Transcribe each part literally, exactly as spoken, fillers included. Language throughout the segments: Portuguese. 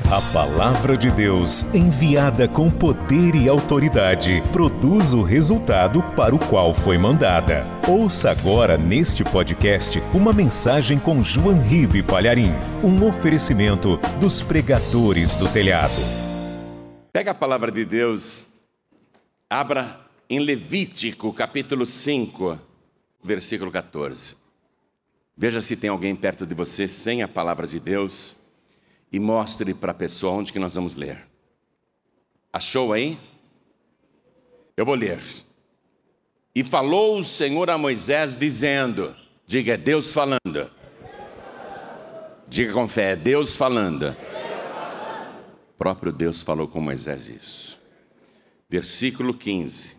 A palavra de Deus, enviada com poder e autoridade, produz o resultado para o qual foi mandada. Ouça agora neste podcast uma mensagem com João Ribe Palharim, um oferecimento dos pregadores do telhado. Pega a palavra de Deus, abra em Levítico, capítulo cinco, versículo quatorze. Veja se tem alguém perto de você sem a palavra de Deus e mostre para a pessoa onde que nós vamos ler. Achou aí? Eu vou ler. E falou o Senhor a Moisés dizendo, diga, é Deus falando. Diga com fé, é Deus falando. O próprio Deus falou com Moisés isso. Versículo quinze.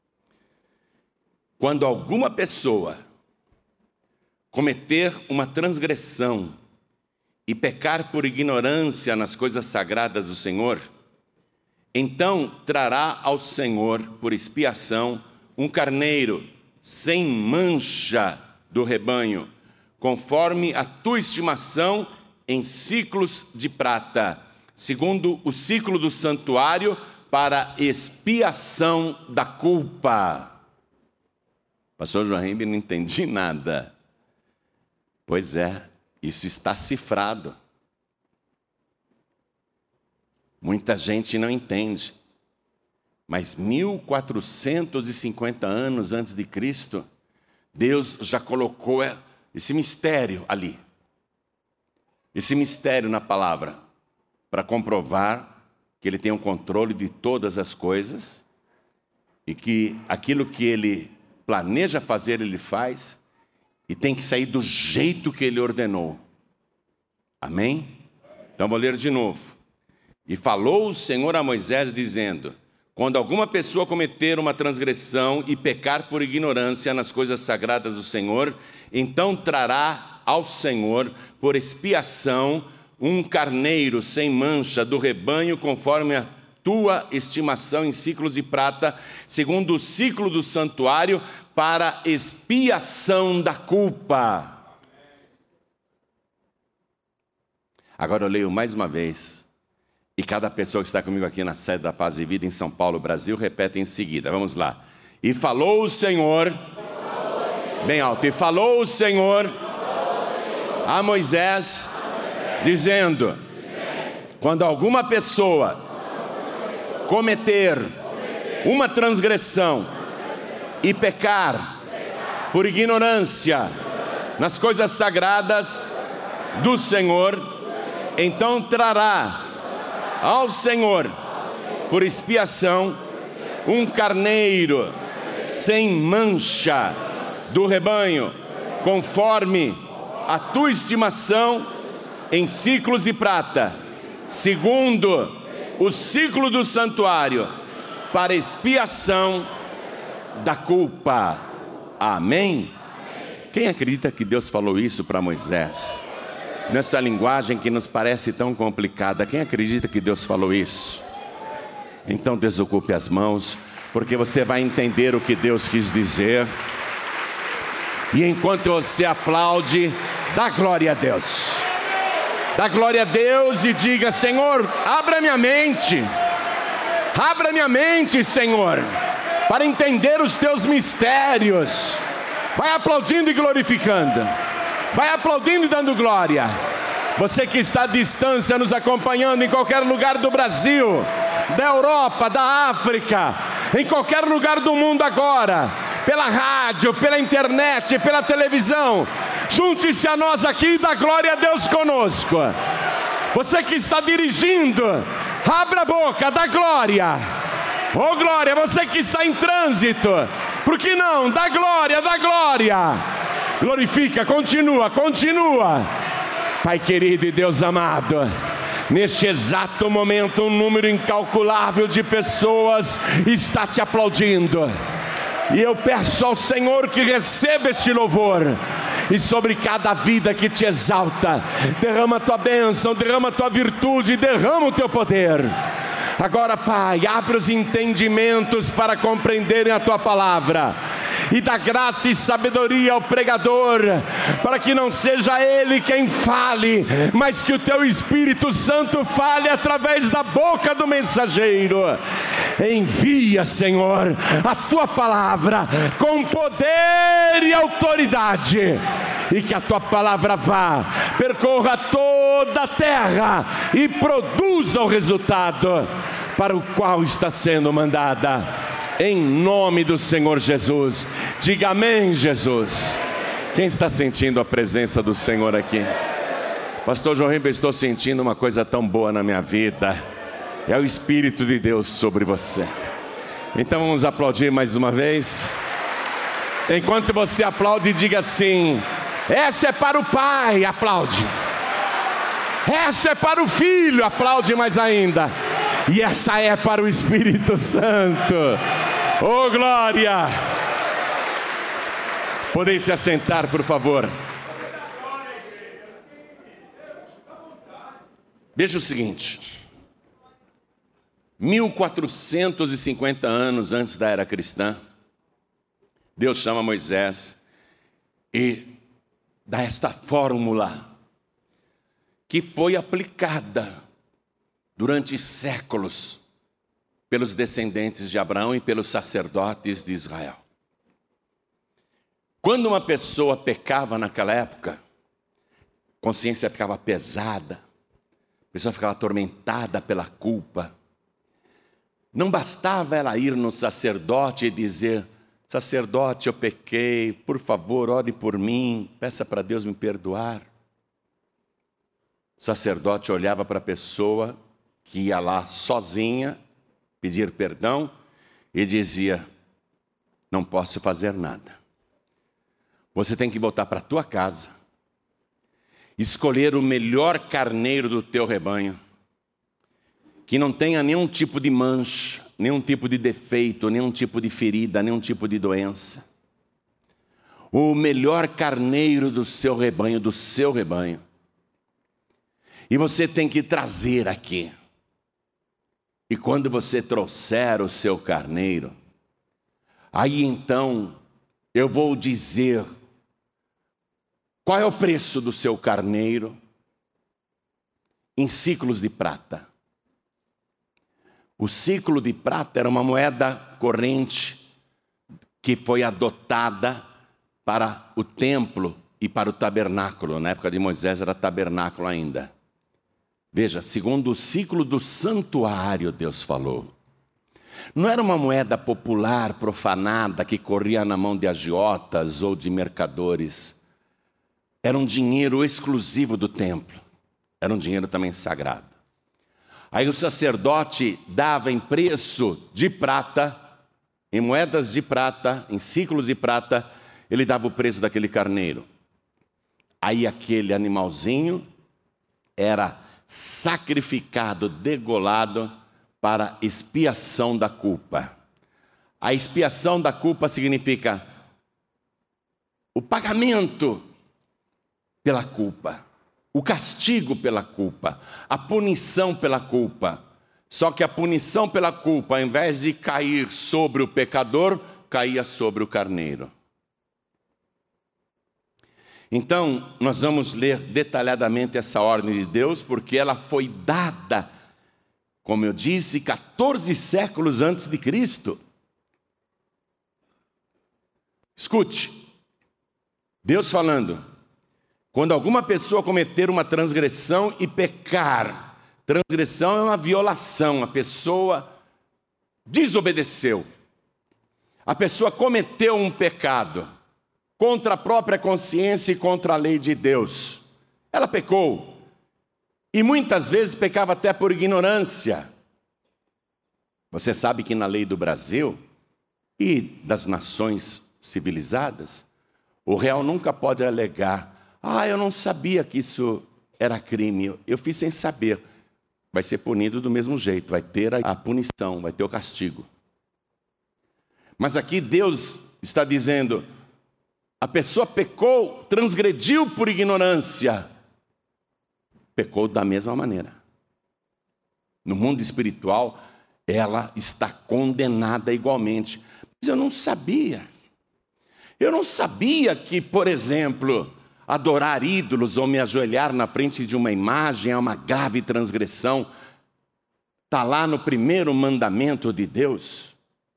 Quando alguma pessoa cometer uma transgressão e pecar por ignorância nas coisas sagradas do Senhor, então trará ao Senhor por expiação um carneiro sem mancha do rebanho, conforme a tua estimação em ciclos de prata, segundo o ciclo do santuário, para expiação da culpa. Pastor João Ribe, não entendi nada. Pois é, isso está cifrado. Muita gente não entende. Mas mil quatrocentos e cinquenta anos antes de Cristo, Deus já colocou esse mistério ali. Esse mistério na palavra, para comprovar que Ele tem o controle de todas as coisas e que aquilo que Ele planeja fazer, Ele faz. E tem que sair do jeito que Ele ordenou. Amém? Então vou ler de novo. E falou o Senhor a Moisés dizendo, quando alguma pessoa cometer uma transgressão e pecar por ignorância nas coisas sagradas do Senhor, então trará ao Senhor por expiação um carneiro sem mancha do rebanho, conforme a tua estimação em ciclos de prata, segundo o ciclo do santuário, para expiação da culpa. Agora eu leio mais uma vez, e cada pessoa que está comigo aqui na sede da Paz e Vida em São Paulo, Brasil, repete em seguida. Vamos lá. E falou o Senhor, bem alto, e falou o Senhor a Moisés, dizendo, quando alguma pessoa cometer uma transgressão e pecar por ignorância nas coisas sagradas do Senhor, então trará ao Senhor por expiação um carneiro sem mancha do rebanho, conforme a tua estimação em ciclos de prata, segundo o ciclo do santuário, para expiação da culpa. Amém? Quem acredita que Deus falou isso para Moisés? Nessa linguagem que nos parece tão complicada, quem acredita que Deus falou isso? Então desocupe as mãos, porque você vai entender o que Deus quis dizer. E enquanto você aplaude, dá glória a Deus. Dá glória a Deus e diga, Senhor, abra minha mente. Abra minha mente, Senhor, para entender os teus mistérios. Vai aplaudindo e glorificando. Vai aplaudindo e dando glória. Você que está à distância nos acompanhando em qualquer lugar do Brasil, da Europa, da África, em qualquer lugar do mundo agora, pela rádio, pela internet, pela televisão, junte-se a nós aqui e dá glória a Deus conosco. Você que está dirigindo, abra a boca, dá glória. Oh glória, você que está em trânsito, por que não? Dá glória, dá glória. Glorifica, continua, continua. Pai querido e Deus amado, neste exato momento um número incalculável de pessoas está te aplaudindo. E eu peço ao Senhor que receba este louvor. E sobre cada vida que te exalta, derrama a tua bênção, derrama a tua virtude, derrama o teu poder. Agora, Pai, abre os entendimentos para compreenderem a tua palavra. e dá graça e sabedoria ao pregador, para que não seja ele quem fale, mas que o teu Espírito Santo fale através da boca do mensageiro. Envia, Senhor, a tua palavra com poder e autoridade, e que a tua palavra vá, percorra toda a terra e produza o resultado para o qual está sendo mandada, em nome do Senhor Jesus. Diga amém, Jesus. Quem está sentindo a presença do Senhor aqui? Pastor João Ribeiro, estou sentindo uma coisa tão boa na minha vida. É o Espírito de Deus sobre você. Então vamos aplaudir mais uma vez. Enquanto você aplaude, diga assim: essa é para o Pai, aplaude. Essa é para o Filho, aplaude mais ainda. E essa é para o Espírito Santo. Oh, glória! Podem se assentar, por favor. Veja o seguinte. mil quatrocentos e cinquenta anos antes da era cristã, Deus chama Moisés e dá esta fórmula que foi aplicada durante séculos pelos descendentes de Abraão e pelos sacerdotes de Israel. Quando uma pessoa pecava naquela época, a consciência ficava pesada, a pessoa ficava atormentada pela culpa. Não bastava ela ir no sacerdote e dizer: sacerdote, eu pequei, por favor, ore por mim, peça para Deus me perdoar. O sacerdote olhava para a pessoa que ia lá sozinha pedir perdão e dizia: não posso fazer nada. Você tem que voltar para a tua casa, escolher o melhor carneiro do teu rebanho, que não tenha nenhum tipo de mancha, nenhum tipo de defeito, nenhum tipo de ferida, nenhum tipo de doença. O melhor carneiro do seu rebanho, do seu rebanho. E você tem que trazer aqui. E quando você trouxer o seu carneiro, aí então eu vou dizer qual é o preço do seu carneiro em ciclos de prata. O ciclo de prata era uma moeda corrente que foi adotada para o templo e para o tabernáculo. Na época de Moisés era tabernáculo ainda. Veja, segundo o ciclo do santuário, Deus falou. Não era uma moeda popular, profanada, que corria na mão de agiotas ou de mercadores. Era um dinheiro exclusivo do templo. Era um dinheiro também sagrado. Aí o sacerdote dava em preço de prata, em moedas de prata, em ciclos de prata, ele dava o preço daquele carneiro. Aí aquele animalzinho era sacrificado, degolado para expiação da culpa. A expiação da culpa significa o pagamento pela culpa. O castigo pela culpa, a punição pela culpa. Só que a punição pela culpa, ao invés de cair sobre o pecador, caía sobre o carneiro. Então, nós vamos ler detalhadamente essa ordem de Deus, porque ela foi dada, como eu disse, quatorze séculos antes de Cristo. Escute, Deus falando: quando alguma pessoa cometer uma transgressão e pecar, transgressão é uma violação, a pessoa desobedeceu, a pessoa cometeu um pecado contra a própria consciência e contra a lei de Deus. Ela pecou, e muitas vezes pecava até por ignorância. Você sabe que na lei do Brasil e das nações civilizadas, o réu nunca pode alegar: ah, eu não sabia que isso era crime, eu fiz sem saber. Vai ser punido do mesmo jeito, vai ter a punição, vai ter o castigo. Mas aqui Deus está dizendo: a pessoa pecou, transgrediu por ignorância, pecou da mesma maneira. No mundo espiritual, ela está condenada igualmente. Mas eu não sabia. Eu não sabia que, por exemplo, adorar ídolos ou me ajoelhar na frente de uma imagem é uma grave transgressão. Está lá no primeiro mandamento de Deus.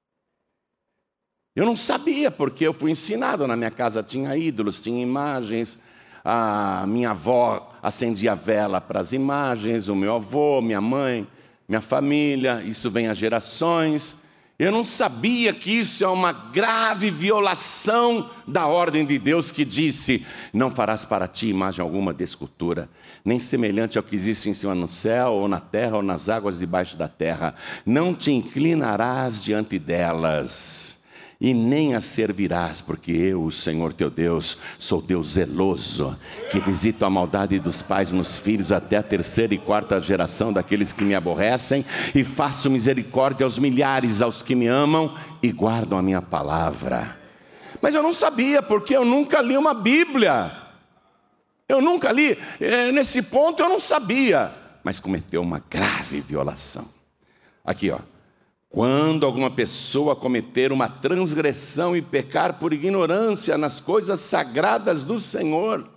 Eu não sabia, porque eu fui ensinado. Na minha casa tinha ídolos, tinha imagens. A minha avó acendia vela para as imagens, o meu avô, minha mãe, minha família. Isso vem a gerações. Eu não sabia que isso é uma grave violação da ordem de Deus que disse: não farás para ti imagem alguma de escultura, nem semelhante ao que existe em cima no céu, ou na terra, ou nas águas debaixo da terra. Não te inclinarás diante delas, e nem as servirás, porque eu, o Senhor teu Deus, sou Deus zeloso, que visito a maldade dos pais nos filhos até a terceira e quarta geração daqueles que me aborrecem, e faço misericórdia aos milhares, aos que me amam e guardam a minha palavra. Mas eu não sabia, porque eu nunca li uma Bíblia. Eu nunca li, nesse ponto eu não sabia, mas cometeu uma grave violação. Aqui, ó. Quando alguma pessoa cometer uma transgressão e pecar por ignorância nas coisas sagradas do Senhor,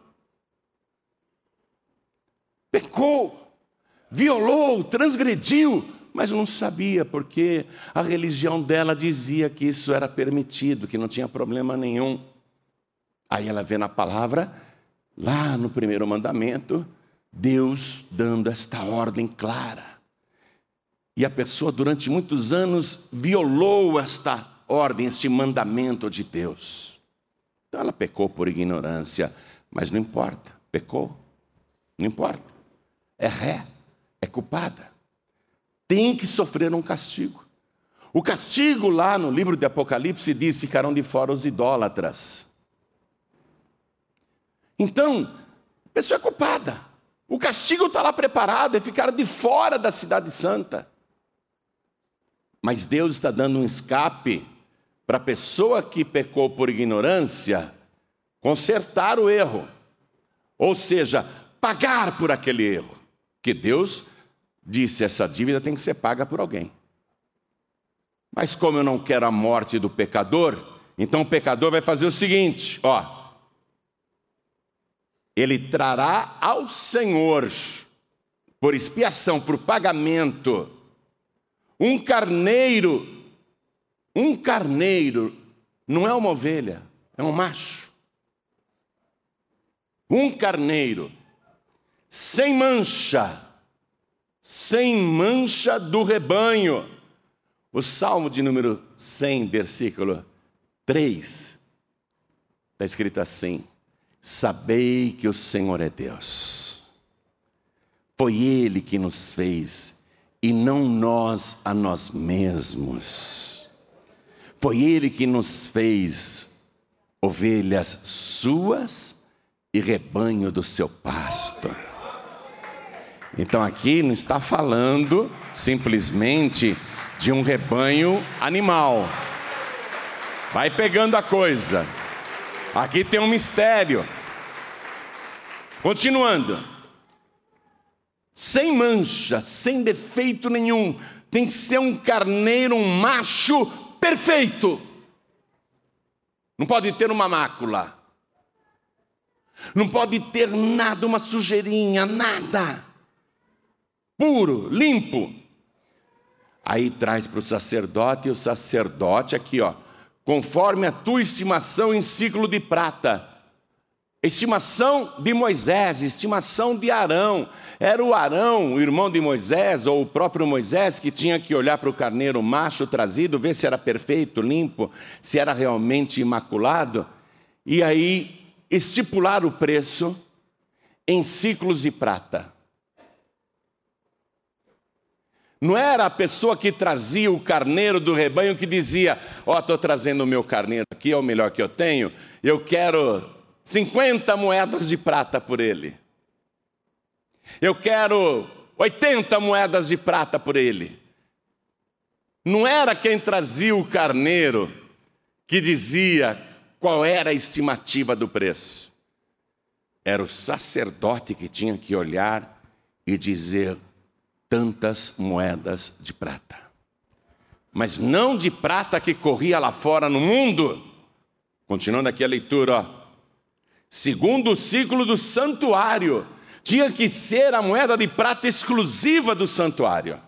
pecou, violou, transgrediu, mas não sabia, porque a religião dela dizia que isso era permitido, que não tinha problema nenhum. Aí ela vê na palavra, lá no primeiro mandamento, Deus dando esta ordem clara. E a pessoa durante muitos anos violou esta ordem, este mandamento de Deus. Então ela pecou por ignorância, mas não importa, pecou, não importa. É ré, é culpada. Tem que sofrer um castigo. O castigo lá no livro de Apocalipse diz: ficarão de fora os idólatras. Então, a pessoa é culpada. O castigo está lá preparado, é ficar de fora da cidade santa. Mas Deus está dando um escape para a pessoa que pecou por ignorância consertar o erro. Ou seja, pagar por aquele erro. Que Deus disse: essa dívida tem que ser paga por alguém. Mas como eu não quero a morte do pecador, então o pecador vai fazer o seguinte, ó. Ele trará ao Senhor, por expiação, por pagamento, um carneiro, um carneiro, não é uma ovelha, é um macho. Um carneiro, sem mancha, sem mancha do rebanho. O Salmo de número cem, versículo três, está escrito assim: sabei que o Senhor é Deus. Foi Ele que nos fez, e não nós a nós mesmos. Foi Ele que nos fez ovelhas suas e rebanho do seu pasto. Então aqui não está falando simplesmente de um rebanho animal. Vai pegando a coisa. Aqui tem um mistério. Continuando. Sem mancha, sem defeito nenhum. Tem que ser um carneiro, um macho perfeito. Não pode ter uma mácula. Não pode ter nada, uma sujeirinha, nada. Puro, limpo. Aí traz para o sacerdote, e o sacerdote aqui, ó, conforme a tua estimação em ciclo de prata. Estimação de Moisés, estimação de Arão. Era o Arão, o irmão de Moisés, ou o próprio Moisés, que tinha que olhar para o carneiro macho trazido, ver se era perfeito, limpo, se era realmente imaculado, e aí estipular o preço em ciclos de prata. Não era a pessoa que trazia o carneiro do rebanho que dizia: ó, oh, estou trazendo o meu carneiro aqui, é o melhor que eu tenho, eu quero cinquenta moedas de prata por ele. Eu quero oitenta moedas de prata por ele. Não era quem trazia o carneiro que dizia qual era a estimativa do preço. Era o sacerdote que tinha que olhar e dizer: tantas moedas de prata. Mas não de prata que corria lá fora no mundo, Continuando aqui a leitura, ó. Segundo o ciclo do santuário, tinha que ser a moeda de prata exclusiva do santuário.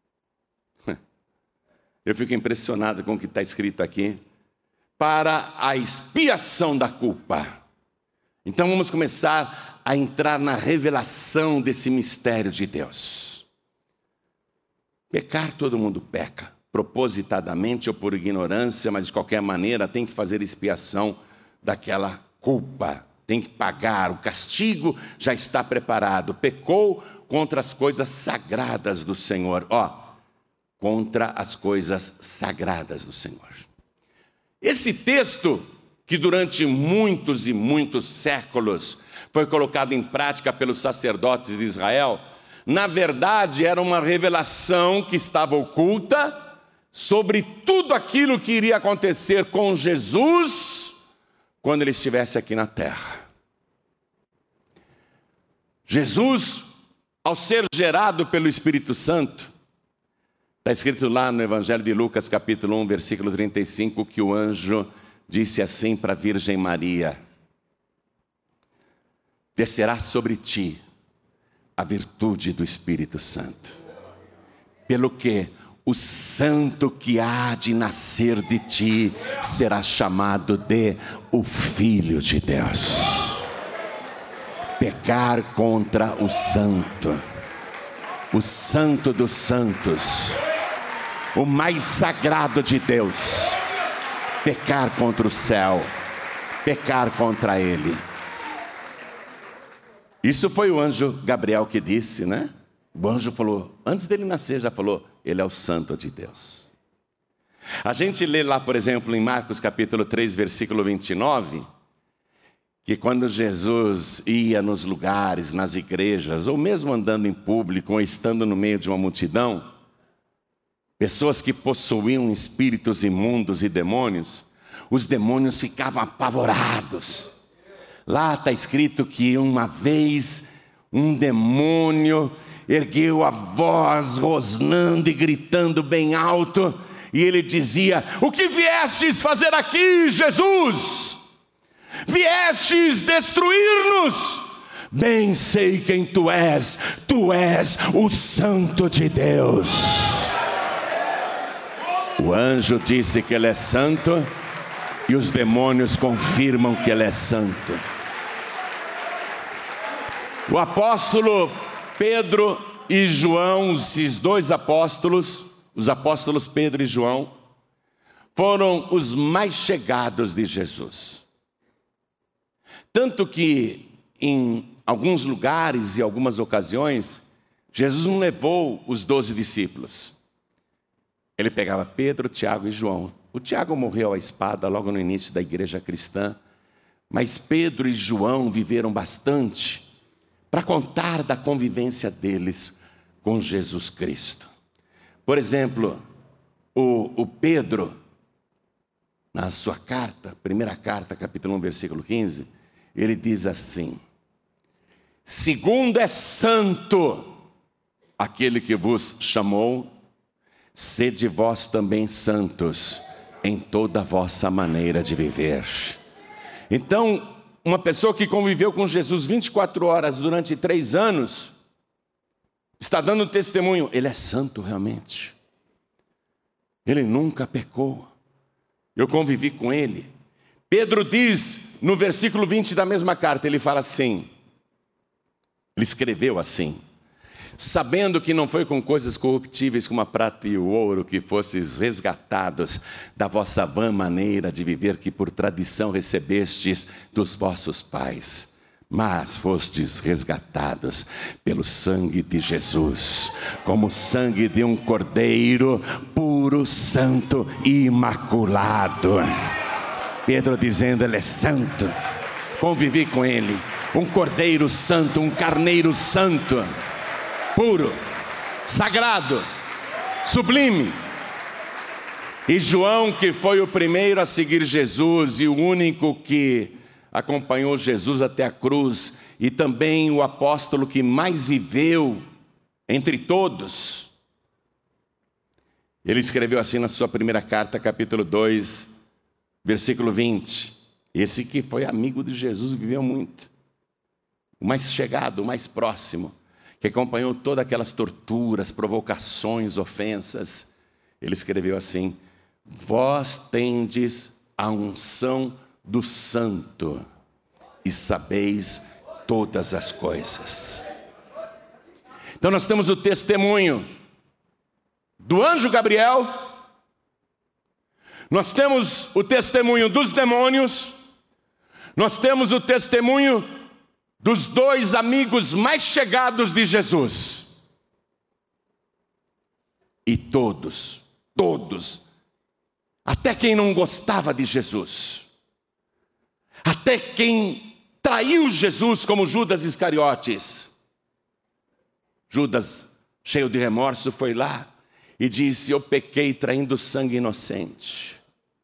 Eu fico impressionado com o que está escrito aqui. Para a expiação da culpa. Então vamos começar a entrar na revelação desse mistério de Deus. Pecar, todo mundo peca, propositadamente ou por ignorância, mas de qualquer maneira tem que fazer expiação daquela culpa. Tem que pagar, o castigo já está preparado. Pecou contra as coisas sagradas do Senhor. Ó, contra as coisas sagradas do Senhor. Esse texto, que durante muitos e muitos séculos foi colocado em prática pelos sacerdotes de Israel, na verdade era uma revelação que estava oculta sobre tudo aquilo que iria acontecer com Jesus quando ele estivesse aqui na terra. Jesus, ao ser gerado pelo Espírito Santo, está escrito lá no Evangelho de Lucas, capítulo um, versículo trinta e cinco, que o anjo disse assim para a Virgem Maria: descerá sobre ti a virtude do Espírito Santo, pelo que o santo que há de nascer de ti será chamado de o Filho de Deus. Pecar contra o santo, o santo dos santos, o mais sagrado de Deus, pecar contra o céu, pecar contra ele. Isso foi o anjo Gabriel que disse, né? O anjo falou, antes dele nascer já falou, ele é o santo de Deus. A gente lê lá, por exemplo, em Marcos capítulo três, versículo vinte e nove, que quando Jesus ia nos lugares, nas igrejas, ou mesmo andando em público, ou estando no meio de uma multidão, pessoas que possuíam espíritos imundos e demônios, os demônios ficavam apavorados. Lá está escrito que uma vez um demônio ergueu a voz, rosnando e gritando bem alto, e ele dizia: o que viestes fazer aqui, Jesus? Viestes destruir-nos? Bem sei quem tu és, tu és o Santo de Deus. O anjo disse que ele é santo, e os demônios confirmam que ele é santo. O apóstolo Pedro e João, esses dois apóstolos, os apóstolos Pedro e João, foram os mais chegados de Jesus. Tanto que em alguns lugares e algumas ocasiões, Jesus não levou os doze discípulos. Ele pegava Pedro, Tiago e João. O Tiago morreu à espada logo no início da igreja cristã, mas Pedro e João viveram bastante para contar da convivência deles com Jesus Cristo. Por exemplo, o, o Pedro, na sua carta, primeira carta, capítulo um, versículo quinze, ele diz assim: segundo é santo aquele que vos chamou, sede vós também santos em toda a vossa maneira de viver. Então, uma pessoa que conviveu com Jesus vinte e quatro horas durante três anos, está dando testemunho, ele é santo realmente. Ele nunca pecou. Eu convivi com ele. Pedro diz, no versículo vinte da mesma carta, ele fala assim, ele escreveu assim: sabendo que não foi com coisas corruptíveis como a prata e o ouro que fostes resgatados da vossa vã maneira de viver que por tradição recebestes dos vossos pais, mas fostes resgatados pelo sangue de Jesus, como o sangue de um cordeiro puro, santo e imaculado. Pedro dizendo, ele é santo, convivi com ele, um cordeiro santo, um carneiro santo, puro, sagrado, sublime. E João, que foi o primeiro a seguir Jesus e o único que acompanhou Jesus até a cruz, e também o apóstolo que mais viveu entre todos, ele escreveu assim na sua primeira carta, capítulo dois, versículo vinte: Esse que foi amigo de Jesus, viveu muito. O mais chegado, o mais próximo, que acompanhou todas aquelas torturas, provocações, ofensas. Ele escreveu assim: vós tendes a unção do Santo e sabeis todas as coisas. Então nós temos o testemunho do anjo Gabriel, nós temos o testemunho dos demônios, nós temos o testemunho dos dois amigos mais chegados de Jesus. E todos, todos, até quem não gostava de Jesus, até quem traiu Jesus, como Judas Iscariotes. Judas, cheio de remorso, foi lá e disse: eu pequei traindo sangue inocente.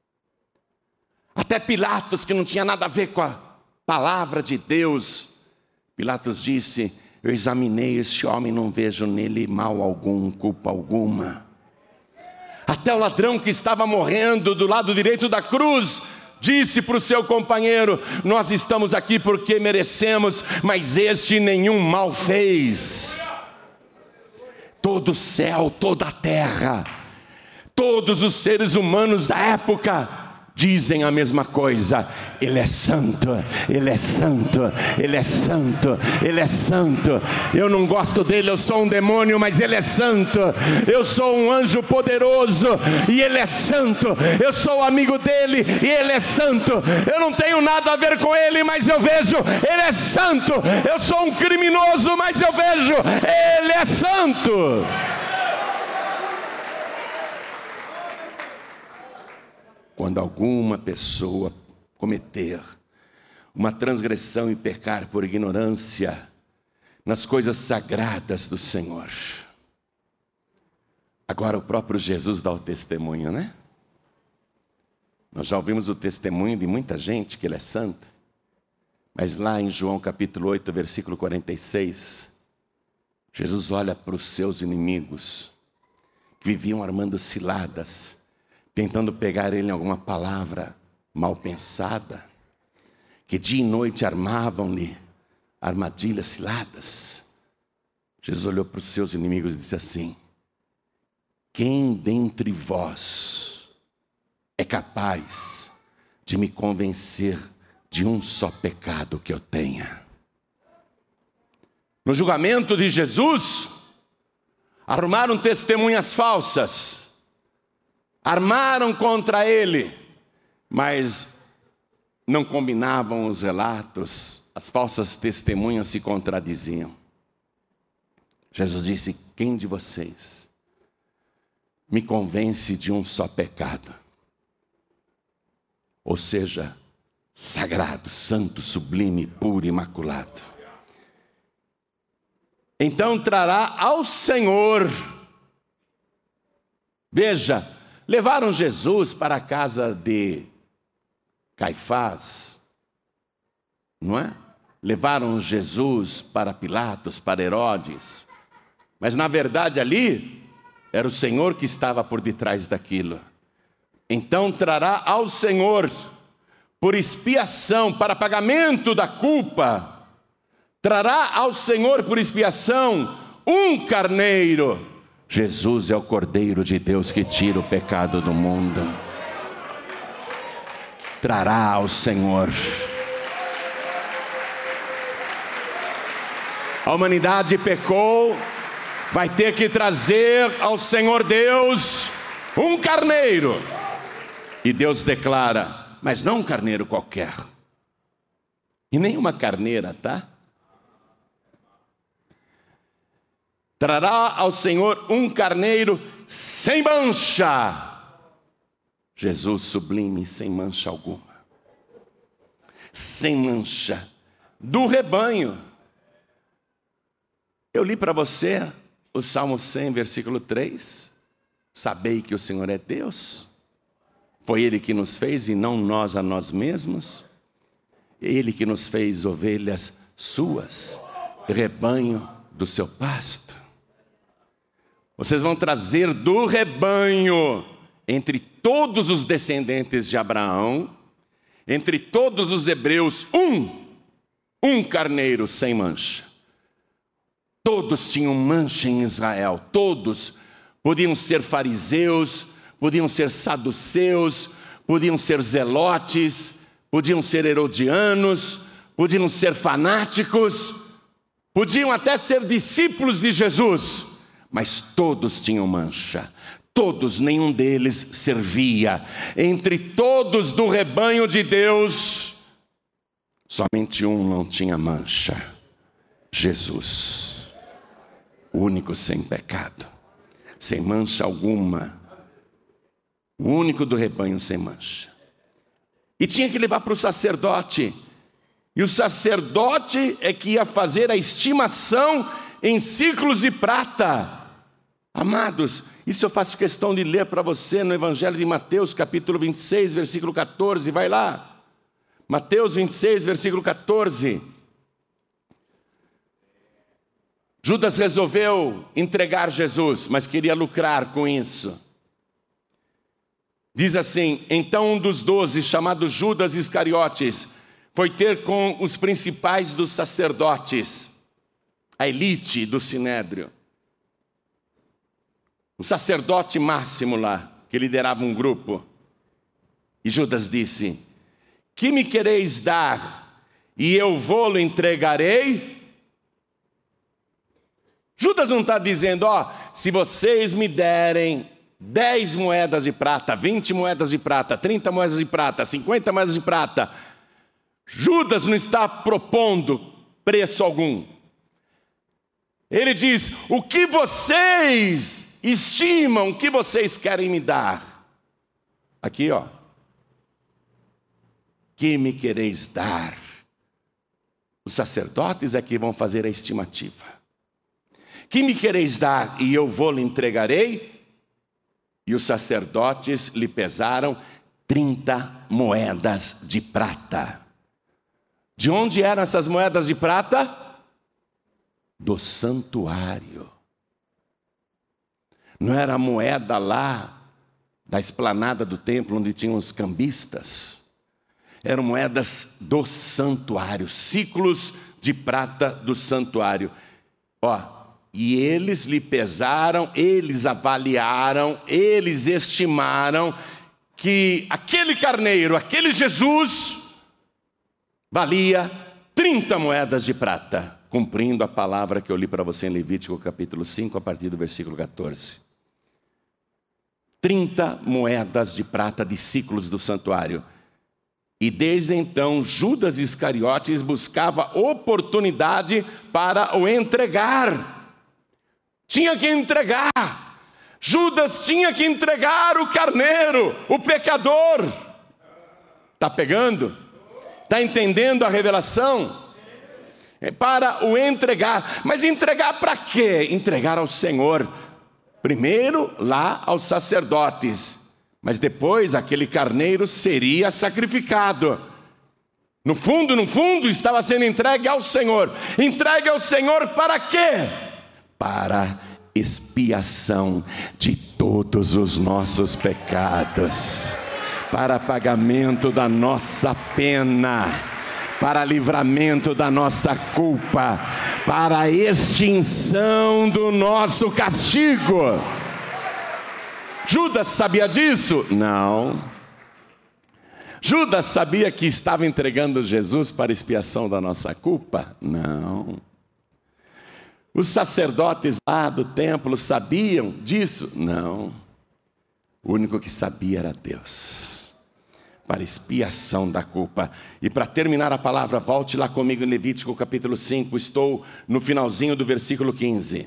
Até Pilatos, que não tinha nada a ver com a palavra de Deus, Pilatos disse: eu examinei este homem, não vejo nele mal algum, culpa alguma. Até o ladrão que estava morrendo do lado direito da cruz disse para o seu companheiro: nós estamos aqui porque merecemos, mas este nenhum mal fez. Todo o céu, toda a terra, todos os seres humanos da época dizem a mesma coisa: Ele é santo, Ele é santo, Ele é santo, Ele é santo. Eu não gosto dele, eu sou um demônio, mas Ele é santo. Eu sou um anjo poderoso e Ele é santo. Eu sou amigo dele e Ele é santo. Eu não tenho nada a ver com Ele, mas eu vejo, Ele é santo. Eu sou um criminoso, mas eu vejo, Ele é santo. Quando alguma pessoa cometer uma transgressão e pecar por ignorância nas coisas sagradas do Senhor, agora o próprio Jesus dá o testemunho, né? Nós já ouvimos o testemunho de muita gente que Ele é santo, mas lá em João capítulo oito, versículo quarenta e seis, Jesus olha para os seus inimigos, que viviam armando ciladas, tentando pegar Ele em alguma palavra mal pensada, que dia e noite armavam-lhe armadilhas, ciladas. Jesus olhou para os seus inimigos e disse assim: quem dentre vós é capaz de me convencer de um só pecado que eu tenha? No julgamento de Jesus, armaram testemunhas falsas, armaram contra Ele, mas não combinavam os relatos, as falsas testemunhas se contradiziam. Jesus disse: quem de vocês me convence de um só pecado? Ou seja, sagrado, santo, sublime, puro, imaculado. Então trará ao Senhor. Veja, levaram Jesus para a casa de Caifás, não é? Levaram Jesus para Pilatos, para Herodes, mas na verdade ali era o Senhor que estava por detrás daquilo. Então trará ao Senhor, por expiação, para pagamento da culpa, trará ao Senhor por expiação um carneiro. Jesus é o Cordeiro de Deus que tira o pecado do mundo. Trará ao Senhor. A humanidade pecou, vai ter que trazer ao Senhor Deus um carneiro. E Deus declara: mas não um carneiro qualquer, e nem uma carneira, tá? Trará ao Senhor um carneiro sem mancha. Jesus sublime, sem mancha alguma. Sem mancha. Do rebanho. Eu li para você o Salmo cem, versículo três. Sabei que o Senhor é Deus. Foi Ele que nos fez e não nós a nós mesmos. Ele que nos fez ovelhas suas, rebanho do seu pasto. Vocês vão trazer do rebanho, entre todos os descendentes de Abraão, entre todos os hebreus, um, um carneiro sem mancha. Todos tinham mancha em Israel, todos. Podiam ser fariseus, podiam ser saduceus, podiam ser zelotes, podiam ser herodianos, podiam ser fanáticos, podiam até ser discípulos de Jesus, mas todos tinham mancha. Todos, nenhum deles servia. Entre todos do rebanho de Deus, somente um não tinha mancha: Jesus, o único sem pecado, sem mancha alguma, o único do rebanho sem mancha. E tinha que levar para o sacerdote, e o sacerdote é que ia fazer a estimação em ciclos de prata. Amados, isso eu faço questão de ler para você no Evangelho de Mateus, capítulo vinte e seis, versículo quatorze, vai lá. Mateus vinte e seis, versículo quatorze. Judas resolveu entregar Jesus, mas queria lucrar com isso. Diz assim: então um dos doze, chamado Judas Iscariotes, foi ter com os principais dos sacerdotes, a elite do sinédrio. O sacerdote máximo lá, que liderava um grupo. E Judas disse: que me quereis dar, e eu vou-lo entregarei? Judas não está dizendo, ó, se vocês me derem dez moedas de prata, vinte moedas de prata, trinta moedas de prata, cinquenta moedas de prata. Judas não está propondo preço algum. Ele diz: o que vocês estimam, o que vocês querem me dar? Aqui, ó. Que me quereis dar? Os sacerdotes é que vão fazer a estimativa. Que me quereis dar, e eu vou lhe entregarei? E os sacerdotes lhe pesaram trinta moedas de prata. De onde eram essas moedas de prata? Do santuário. Não era a moeda lá da esplanada do templo, onde tinham os cambistas. Eram moedas do santuário, ciclos de prata do santuário. Ó, e eles lhe pesaram, eles avaliaram, eles estimaram que aquele carneiro, aquele Jesus, valia trinta moedas de prata, cumprindo a palavra que eu li para você em Levítico capítulo cinco, a partir do versículo quatorze. trinta moedas de prata de ciclos do santuário. E desde então Judas Iscariotes buscava oportunidade para o entregar. Tinha que entregar. Judas tinha que entregar o carneiro, o pecador. Está pegando? Está entendendo a revelação? É para o entregar. Mas entregar para quê? Entregar ao Senhor. Primeiro lá aos sacerdotes, mas depois aquele carneiro seria sacrificado. No fundo, no fundo, estava sendo entregue ao Senhor. Entregue ao Senhor para quê? Para expiação de todos os nossos pecados, para pagamento da nossa pena, para livramento da nossa culpa, para a extinção do nosso castigo. Judas sabia disso? Não. Judas sabia que estava entregando Jesus para expiação da nossa culpa? Não. Os sacerdotes lá do templo sabiam disso? Não. O único que sabia era Deus, para expiação da culpa. E para terminar a palavra, volte lá comigo em Levítico capítulo cinco, estou no finalzinho do versículo quinze.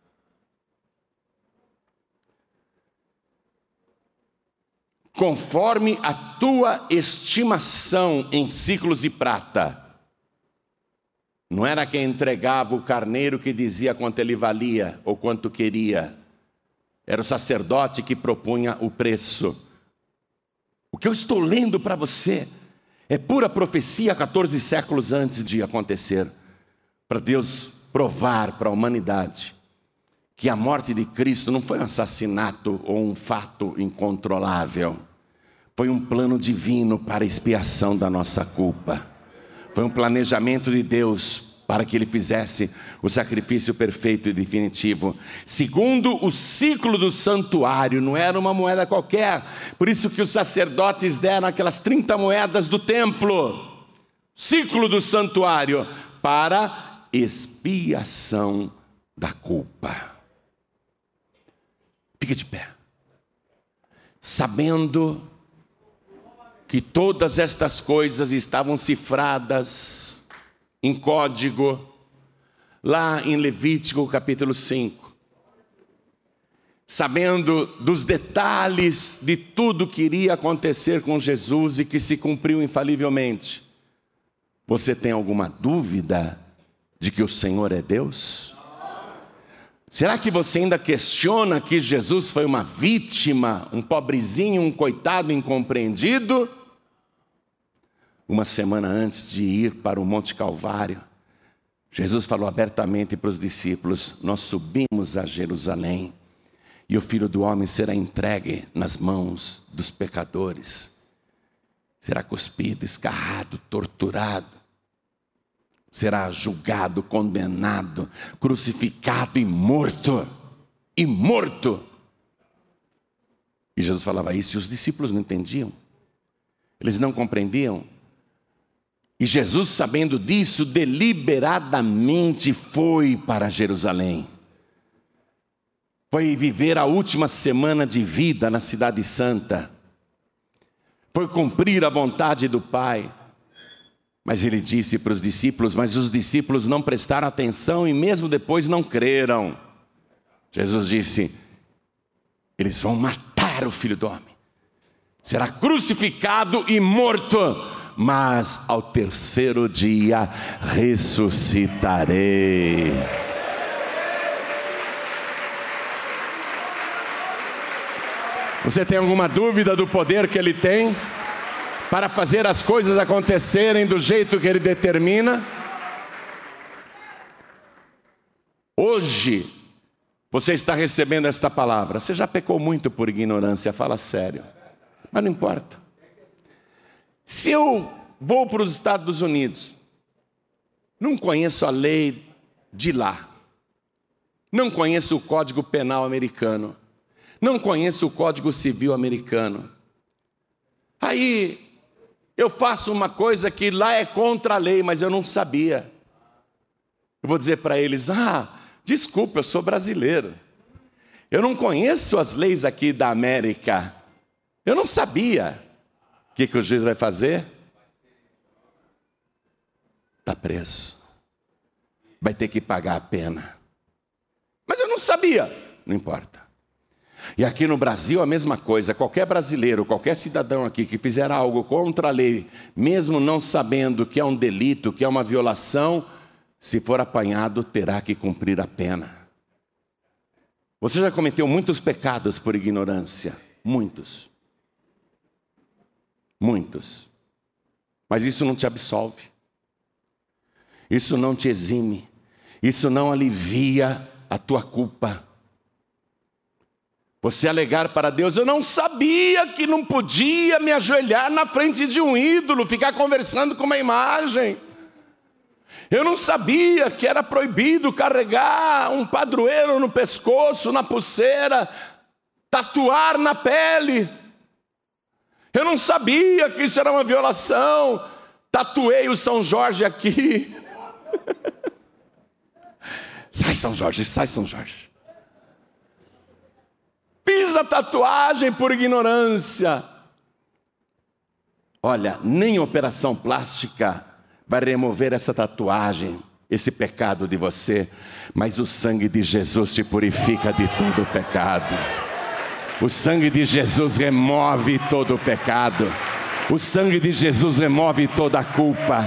Conforme a tua estimação em ciclos de prata. Não era quem entregava o carneiro que dizia quanto ele valia ou quanto queria. Era o sacerdote que propunha o preço. O que eu estou lendo para você é pura profecia quatorze séculos antes de acontecer. Para Deus provar para a humanidade que a morte de Cristo não foi um assassinato ou um fato incontrolável. Foi um plano divino para a expiação da nossa culpa. Foi um planejamento de Deus para que Ele fizesse o sacrifício perfeito e definitivo. Segundo o ciclo do santuário, não era uma moeda qualquer. Por isso que os sacerdotes deram aquelas trinta moedas do templo. Ciclo do santuário para expiação da culpa. Fique de pé. Sabendo que todas estas coisas estavam cifradas em código, lá em Levítico capítulo cinco. Sabendo dos detalhes de tudo que iria acontecer com Jesus e que se cumpriu infalivelmente. Você tem alguma dúvida de que o Senhor é Deus? Será que você ainda questiona que Jesus foi uma vítima, um pobrezinho, um coitado incompreendido? Uma semana antes de ir para o Monte Calvário, Jesus falou abertamente para os discípulos: nós subimos a Jerusalém e o Filho do Homem será entregue nas mãos dos pecadores. Será cuspido, escarrado, torturado. Será julgado, condenado, crucificado e morto. E morto. E Jesus falava isso e os discípulos não entendiam. Eles não compreendiam. E Jesus, sabendo disso, deliberadamente foi para Jerusalém. Foi viver a última semana de vida na Cidade Santa. Foi cumprir a vontade do Pai. Mas ele disse para os discípulos, mas os discípulos não prestaram atenção e mesmo depois não creram. Jesus disse, eles vão matar o Filho do Homem. Será crucificado e morto, mas ao terceiro dia ressuscitarei. Você tem alguma dúvida do poder que ele tem para fazer as coisas acontecerem do jeito que Ele determina? Hoje, você está recebendo esta palavra. Você já pecou muito por ignorância, fala sério. Mas não importa. Se eu vou para os Estados Unidos, não conheço a lei de lá, não conheço o Código Penal americano, não conheço o Código Civil americano, aí eu faço uma coisa que lá é contra a lei, mas eu não sabia. Eu vou dizer para eles, ah, desculpa, eu sou brasileiro. Eu não conheço as leis aqui da América. Eu não sabia. O que, que o juiz vai fazer? Está preso. Vai ter que pagar a pena. Mas eu não sabia. Não importa. E aqui no Brasil a mesma coisa, qualquer brasileiro, qualquer cidadão aqui que fizer algo contra a lei, mesmo não sabendo que é um delito, que é uma violação, se for apanhado terá que cumprir a pena. Você já cometeu muitos pecados por ignorância, muitos, muitos, mas isso não te absolve, isso não te exime, isso não alivia a tua culpa. Você alegar para Deus, eu não sabia que não podia me ajoelhar na frente de um ídolo, ficar conversando com uma imagem. Eu não sabia que era proibido carregar um padroeiro no pescoço, na pulseira, tatuar na pele. Eu não sabia que isso era uma violação. Tatuei o São Jorge aqui. Sai São Jorge, sai São Jorge. Fiz a tatuagem por ignorância. Olha, nem operação plástica vai remover essa tatuagem, esse pecado de você, mas o sangue de Jesus te purifica de todo o pecado. O sangue de Jesus remove todo o pecado. O sangue de Jesus remove toda a culpa.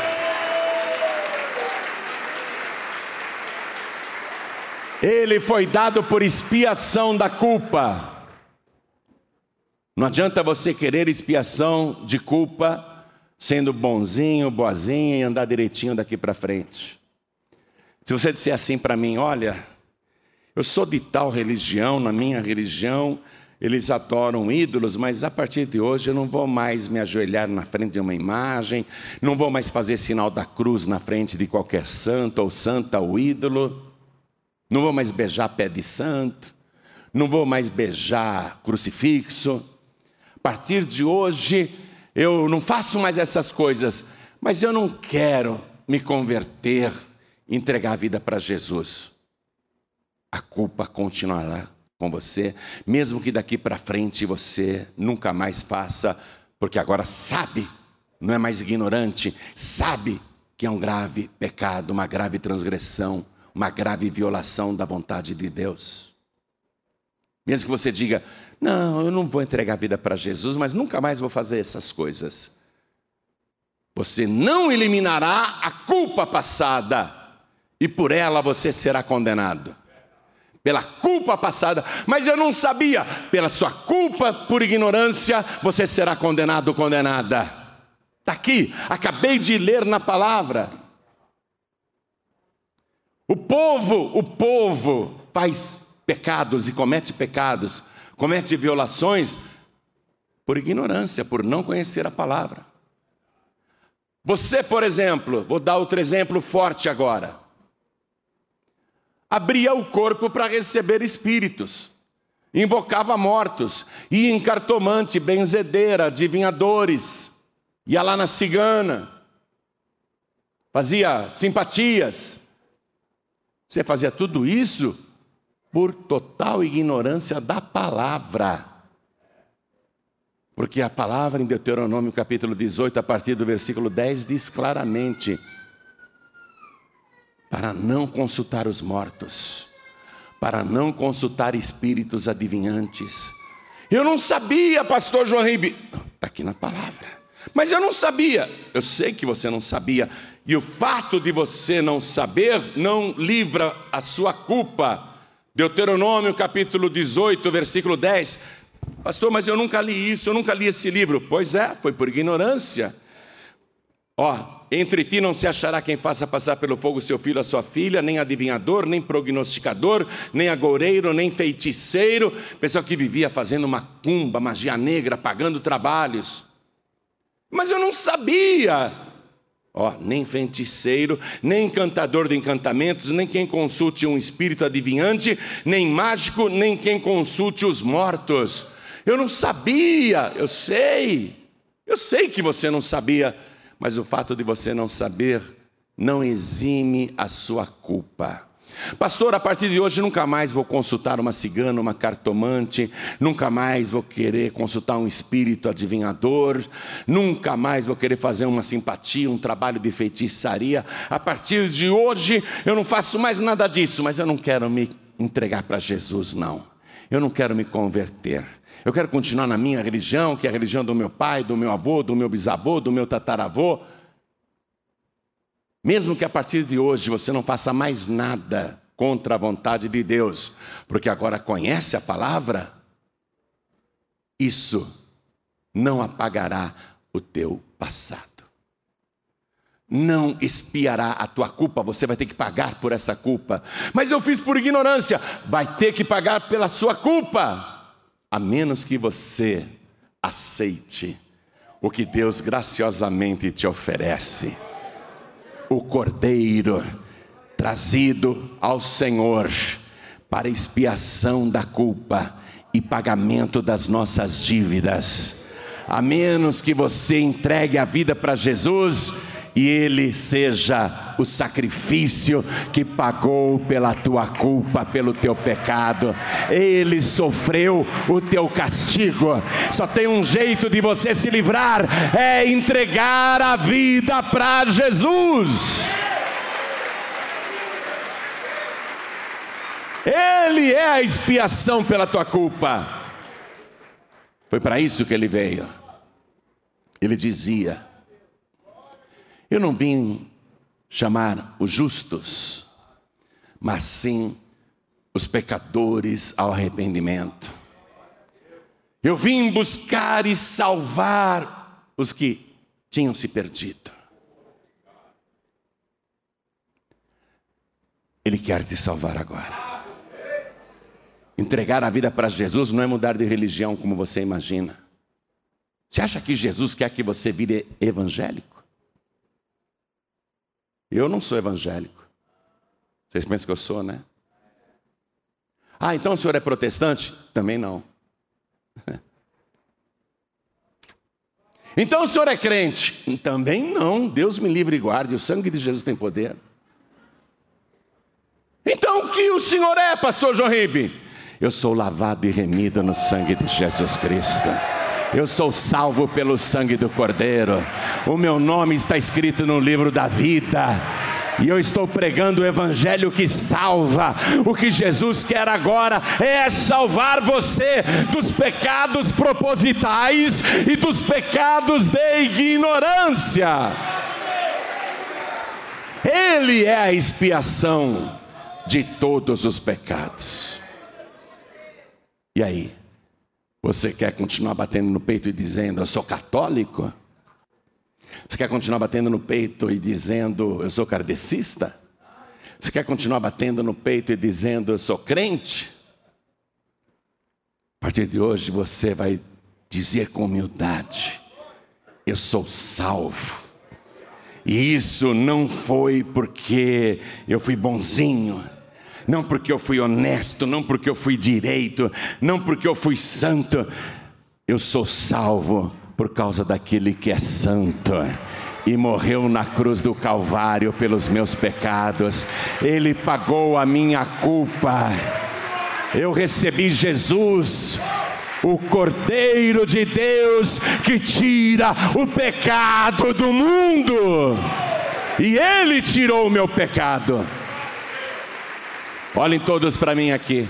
Ele foi dado por expiação da culpa. Não adianta você querer expiação de culpa sendo bonzinho, boazinha e andar direitinho daqui para frente. Se você disser assim para mim, olha, eu sou de tal religião, na minha religião, eles adoram ídolos, mas a partir de hoje eu não vou mais me ajoelhar na frente de uma imagem, não vou mais fazer sinal da cruz na frente de qualquer santo ou santa ou ídolo, não vou mais beijar pé de santo, não vou mais beijar crucifixo. A partir de hoje eu não faço mais essas coisas, mas eu não quero me converter, entregar a vida para Jesus. A culpa continuará com você, mesmo que daqui para frente você nunca mais faça, porque agora sabe, não é mais ignorante, sabe que é um grave pecado, uma grave transgressão, uma grave violação da vontade de Deus. Mesmo que você diga, não, eu não vou entregar a vida para Jesus, mas nunca mais vou fazer essas coisas. Você não eliminará a culpa passada, e por ela você será condenado. Pela culpa passada, mas eu não sabia, pela sua culpa por ignorância, você será condenado ou condenada. Está aqui, acabei de ler na palavra. O povo, o povo faz pecados e comete pecados, comete violações por ignorância, por não conhecer a palavra. Você, por exemplo, vou dar outro exemplo forte agora. Abria o corpo para receber espíritos, invocava mortos, ia em cartomante, benzedeira, adivinhadores, ia lá na cigana, fazia simpatias. Você fazia tudo isso por total ignorância da palavra. Porque a palavra em Deuteronômio capítulo dezoito, a partir do versículo dez, diz claramente: para não consultar os mortos, para não consultar espíritos adivinhantes. Eu não sabia, pastor João Ribe. Está aqui na palavra. Mas eu não sabia. Eu sei que você não sabia. E o fato de você não saber não livra a sua culpa. Deuteronômio capítulo dezoito, versículo dez. Pastor, mas eu nunca li isso, eu nunca li esse livro. Pois é, foi por ignorância. Ó, entre ti não se achará quem faça passar pelo fogo seu filho ou sua filha, nem adivinhador, nem prognosticador, nem agoureiro, nem feiticeiro, pessoal que vivia fazendo macumba, magia negra, pagando trabalhos. Mas eu não sabia. Ó, nem feiticeiro, nem encantador de encantamentos, nem quem consulte um espírito adivinhante, nem mágico, nem quem consulte os mortos. Eu não sabia, eu sei, eu sei que você não sabia, mas o fato de você não saber não exime a sua culpa. Pastor, a partir de hoje nunca mais vou consultar uma cigana, uma cartomante, nunca mais vou querer consultar um espírito adivinhador, nunca mais vou querer fazer uma simpatia, um trabalho de feitiçaria. A partir de hoje eu não faço mais nada disso, mas eu não quero me entregar para Jesus, não. Eu não quero me converter. Eu quero continuar na minha religião, que é a religião do meu pai, do meu avô, do meu bisavô, do meu tataravô. Mesmo que a partir de hoje você não faça mais nada contra a vontade de Deus, porque agora conhece a palavra, isso não apagará o teu passado. Não expiará a tua culpa, você vai ter que pagar por essa culpa. Mas eu fiz por ignorância, vai ter que pagar pela sua culpa. A menos que você aceite o que Deus graciosamente te oferece. O Cordeiro trazido ao Senhor para expiação da culpa e pagamento das nossas dívidas. A menos que você entregue a vida para Jesus e Ele seja o sacrifício que pagou pela tua culpa, pelo teu pecado. Ele sofreu o teu castigo. Só tem um jeito de você se livrar, é entregar a vida para Jesus. Ele é a expiação pela tua culpa. Foi para isso que Ele veio. Ele dizia: eu não vim chamar os justos, mas sim os pecadores ao arrependimento. Eu vim buscar e salvar os que tinham se perdido. Ele quer te salvar agora. Entregar a vida para Jesus não é mudar de religião como você imagina. Você acha que Jesus quer que você vire evangélico? Eu não sou evangélico. Vocês pensam que eu sou, né? Ah, então o senhor é protestante? Também não. Então o senhor é crente? Também não. Deus me livre e guarde, o sangue de Jesus tem poder. Então o que o senhor é, pastor João Ribe? Eu sou lavado e remido no sangue de Jesus Cristo. Eu sou salvo pelo sangue do Cordeiro. O meu nome está escrito no livro da vida. E eu estou pregando o evangelho que salva. O que Jesus quer agora é salvar você dos pecados propositais e dos pecados de ignorância. Ele é a expiação de todos os pecados. E aí? Você quer continuar batendo no peito e dizendo, eu sou católico? Você quer continuar batendo no peito e dizendo, eu sou kardecista? Você quer continuar batendo no peito e dizendo, eu sou crente? A partir de hoje você vai dizer com humildade, eu sou salvo. E isso não foi porque eu fui bonzinho, não porque eu fui honesto, não porque eu fui direito, não porque eu fui santo. Eu sou salvo por causa daquele que é santo e morreu na cruz do Calvário pelos meus pecados. Ele pagou a minha culpa. Eu recebi Jesus, o Cordeiro de Deus que tira o pecado do mundo. E Ele tirou o meu pecado. Olhem todos para mim aqui.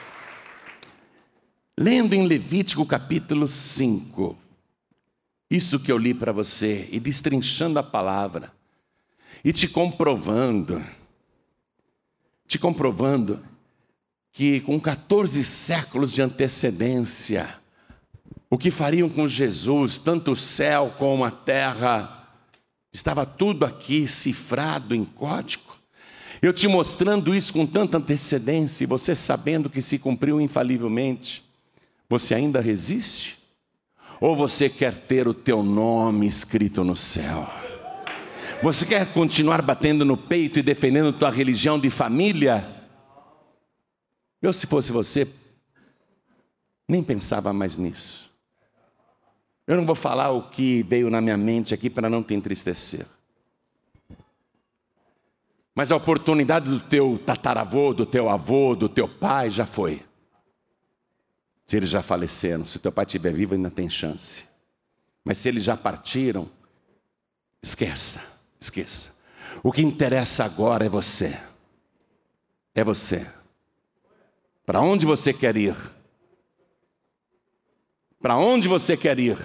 Lendo em Levítico capítulo cinco, isso que eu li para você, e destrinchando a palavra, e te comprovando, te comprovando que com quatorze séculos de antecedência, o que fariam com Jesus, tanto o céu como a terra, estava tudo aqui cifrado em código. Eu te mostrando isso com tanta antecedência, e você sabendo que se cumpriu infalivelmente, você ainda resiste? Ou você quer ter o teu nome escrito no céu? Você quer continuar batendo no peito e defendendo tua religião de família? Eu, se fosse você, nem pensava mais nisso. Eu não vou falar o que veio na minha mente aqui para não te entristecer. Mas a oportunidade do teu tataravô, do teu avô, do teu pai já foi. Se eles já faleceram, se teu pai estiver vivo ainda tem chance. Mas se eles já partiram, esqueça, esqueça. O que interessa agora é você. É você. Para onde você quer ir? Para onde você quer ir?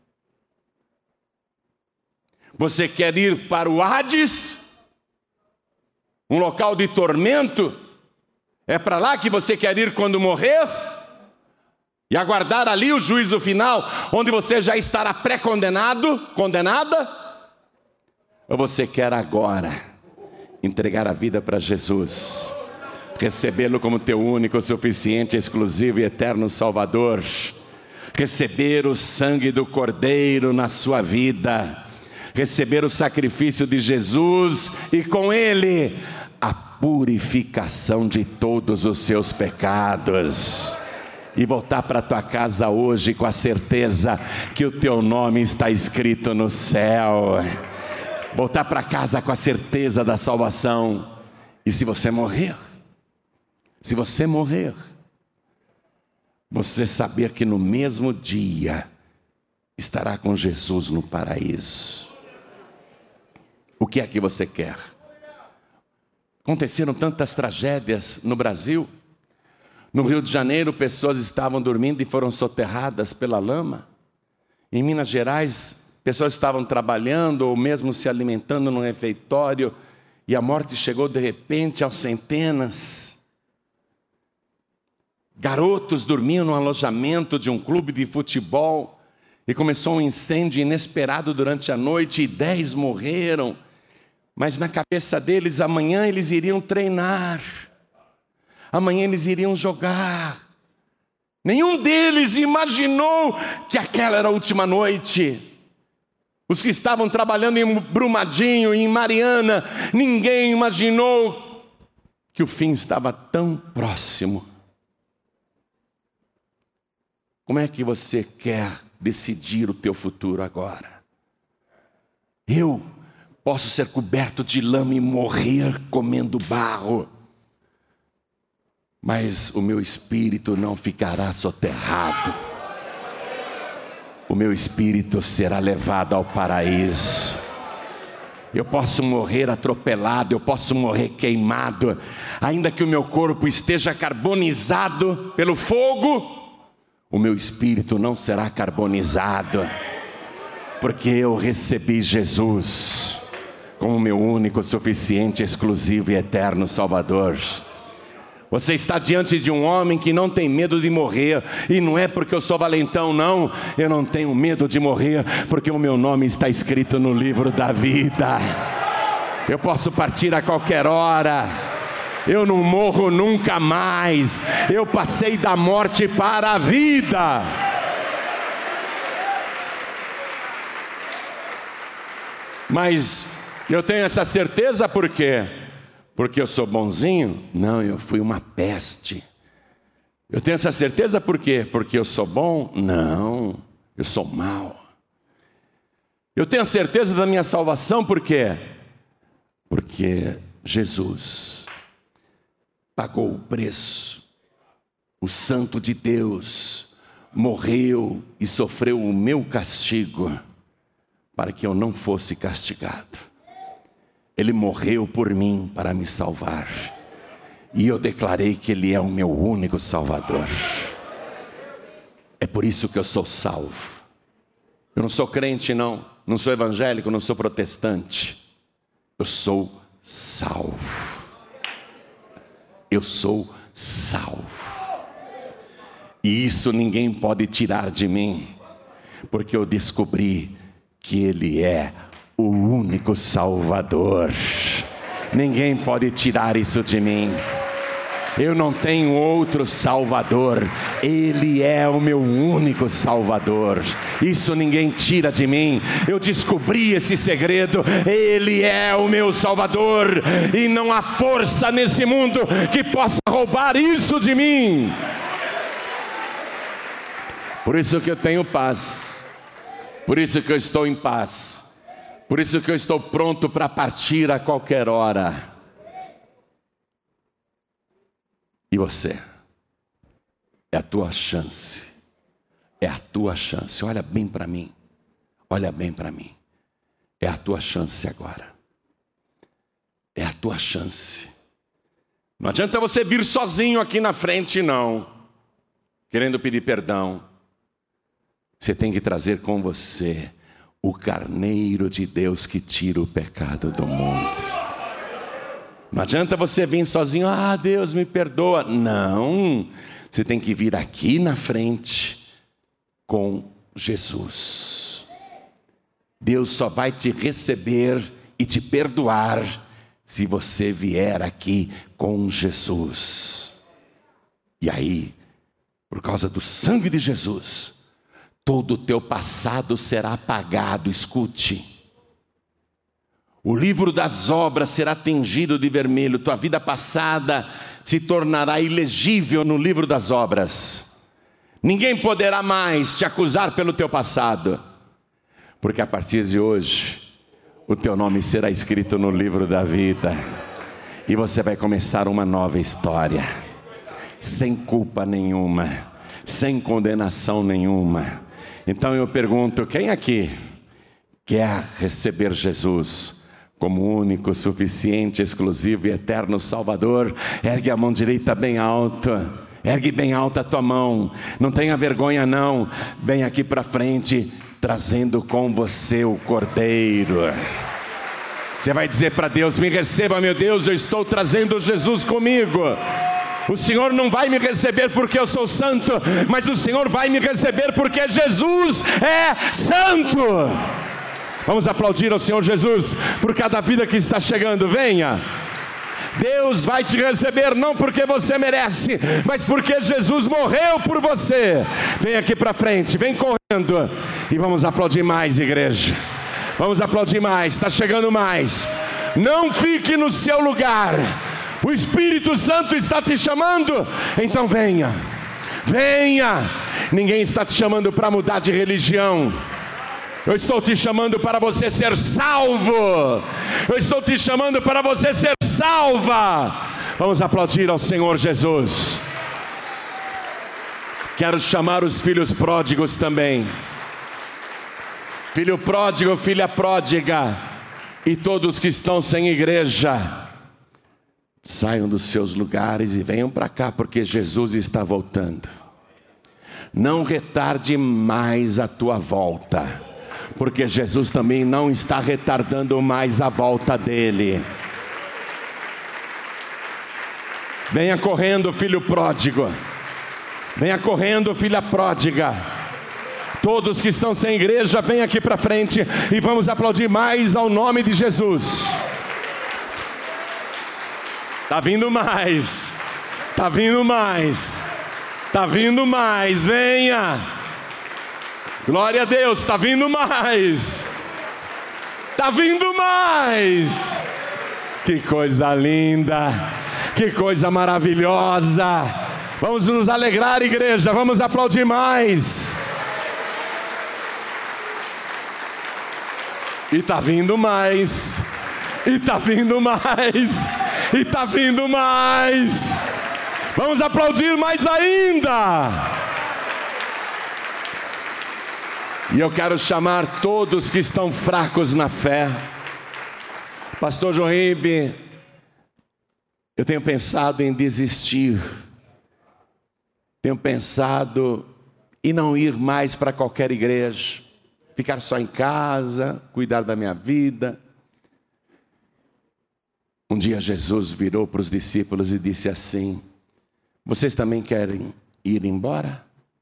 Você quer ir para o Hades? Um local de tormento? É para lá que você quer ir quando morrer? E aguardar ali o juízo final, onde você já estará pré-condenado, condenada? Ou você quer agora entregar a vida para Jesus, recebê-lo como teu único, suficiente, exclusivo e eterno Salvador, receber o sangue do Cordeiro na sua vida, receber o sacrifício de Jesus e com ele a purificação de todos os seus pecados, e voltar para tua casa hoje com a certeza que o teu nome está escrito no céu, voltar para casa com a certeza da salvação. E se você morrer, se você morrer, você saber que no mesmo dia estará com Jesus no paraíso. O que é que você quer? Aconteceram tantas tragédias no Brasil. No Rio de Janeiro, pessoas estavam dormindo e foram soterradas pela lama. Em Minas Gerais, pessoas estavam trabalhando ou mesmo se alimentando num refeitório e a morte chegou de repente aos centenas. Garotos dormiam no alojamento de um clube de futebol e começou um incêndio inesperado durante a noite e dez morreram. Mas na cabeça deles, amanhã eles iriam treinar, amanhã eles iriam jogar, Nenhum deles imaginou que aquela era a última noite. Os que estavam trabalhando em Brumadinho, em Mariana, ninguém imaginou que o fim estava tão próximo. Como é que você quer decidir o teu futuro agora? Eu posso ser coberto de lama e morrer comendo barro, mas o meu espírito não ficará soterrado. O meu espírito será levado ao paraíso. Eu posso morrer atropelado, eu posso morrer queimado, ainda que o meu corpo esteja carbonizado pelo fogo, o meu espírito não será carbonizado, porque eu recebi Jesus como meu único, suficiente, exclusivo e eterno Salvador. Você está diante de um homem que não tem medo de morrer, e não é porque eu sou valentão, não. Eu não tenho medo de morrer, porque o meu nome está escrito no livro da vida. Eu posso partir a qualquer hora. Eu não morro nunca mais. Eu passei da morte para a vida. Mas eu tenho essa certeza por quê? Porque eu sou bonzinho? Não, eu fui uma peste. Eu tenho essa certeza por quê? Porque eu sou bom? Não, eu sou mau. Eu tenho a certeza da minha salvação por quê? Porque Jesus pagou o preço. O Santo de Deus morreu e sofreu o meu castigo para que eu não fosse castigado. Ele morreu por mim para me salvar. E eu declarei que Ele é o meu único Salvador. É por isso que eu sou salvo. Eu não sou crente, não. Não sou evangélico, não sou protestante. Eu sou salvo. Eu sou salvo. E isso ninguém pode tirar de mim, porque eu descobri que Ele é o único Salvador. Ninguém pode tirar isso de mim. Eu não tenho outro Salvador. Ele é o meu único Salvador. Isso ninguém tira de mim. Eu descobri esse segredo. Ele é o meu Salvador. E não há força nesse mundo que possa roubar isso de mim. Por isso que eu tenho paz. Por isso que eu estou em paz. Por isso que eu estou pronto para partir a qualquer hora. E você? É a tua chance. É a tua chance. Olha bem para mim. Olha bem para mim. É a tua chance agora. É a tua chance. Não adianta você vir sozinho aqui na frente, não, querendo pedir perdão. Você tem que trazer com você o Carneiro de Deus que tira o pecado do mundo. Não adianta você vir sozinho, ah, Deus me perdoa. Não, você tem que vir aqui na frente com Jesus. Deus só vai te receber e te perdoar se você vier aqui com Jesus. E aí, por causa do sangue de Jesus, todo o teu passado será apagado. Escute. O livro das obras será tingido de vermelho. Tua vida passada se tornará ilegível no livro das obras. Ninguém poderá mais te acusar pelo teu passado. Porque a partir de hoje, o teu nome será escrito no livro da vida. E você vai começar uma nova história. Sem culpa nenhuma. Sem condenação nenhuma. Então eu pergunto, quem aqui quer receber Jesus como único, suficiente, exclusivo e eterno Salvador? Ergue a mão direita bem alta, ergue bem alta a tua mão, não tenha vergonha não, vem aqui para frente, trazendo com você o Cordeiro. Você vai dizer para Deus, me receba meu Deus, eu estou trazendo Jesus comigo. O Senhor não vai me receber porque eu sou santo, mas o Senhor vai me receber porque Jesus é santo. Vamos aplaudir ao Senhor Jesus por cada vida que está chegando. Venha, Deus vai te receber não porque você merece, mas porque Jesus morreu por você. Vem aqui para frente, vem correndo. E vamos aplaudir mais, igreja. Vamos aplaudir mais, está chegando mais. Não fique no seu lugar. O Espírito Santo está te chamando. Então venha, venha. Ninguém está te chamando para mudar de religião. Eu estou te chamando para você ser salvo. Eu estou te chamando para você ser salva. Vamos aplaudir ao Senhor Jesus. Quero chamar os filhos pródigos também. Filho pródigo, filha pródiga, e todos que estão sem igreja, saiam dos seus lugares e venham para cá, porque Jesus está voltando. Não retarde mais a tua volta, porque Jesus também não está retardando mais a volta dele. Venha correndo, filho pródigo. Venha correndo, filha pródiga. Todos que estão sem igreja, venham aqui para frente e vamos aplaudir mais ao nome de Jesus. Está vindo mais. Está vindo mais. Está vindo mais. Venha. Glória a Deus, está vindo mais. Está vindo mais. Que coisa linda. Que coisa maravilhosa. Vamos nos alegrar, igreja. Vamos aplaudir mais. E está vindo mais. E está vindo mais. E está vindo mais. Vamos aplaudir mais ainda. E eu quero chamar todos que estão fracos na fé. Pastor João Ribe, eu tenho pensado em desistir. Tenho pensado em não ir mais para qualquer igreja. Ficar só em casa, cuidar da minha vida. Um dia Jesus virou para os discípulos e disse assim: vocês também querem ir embora?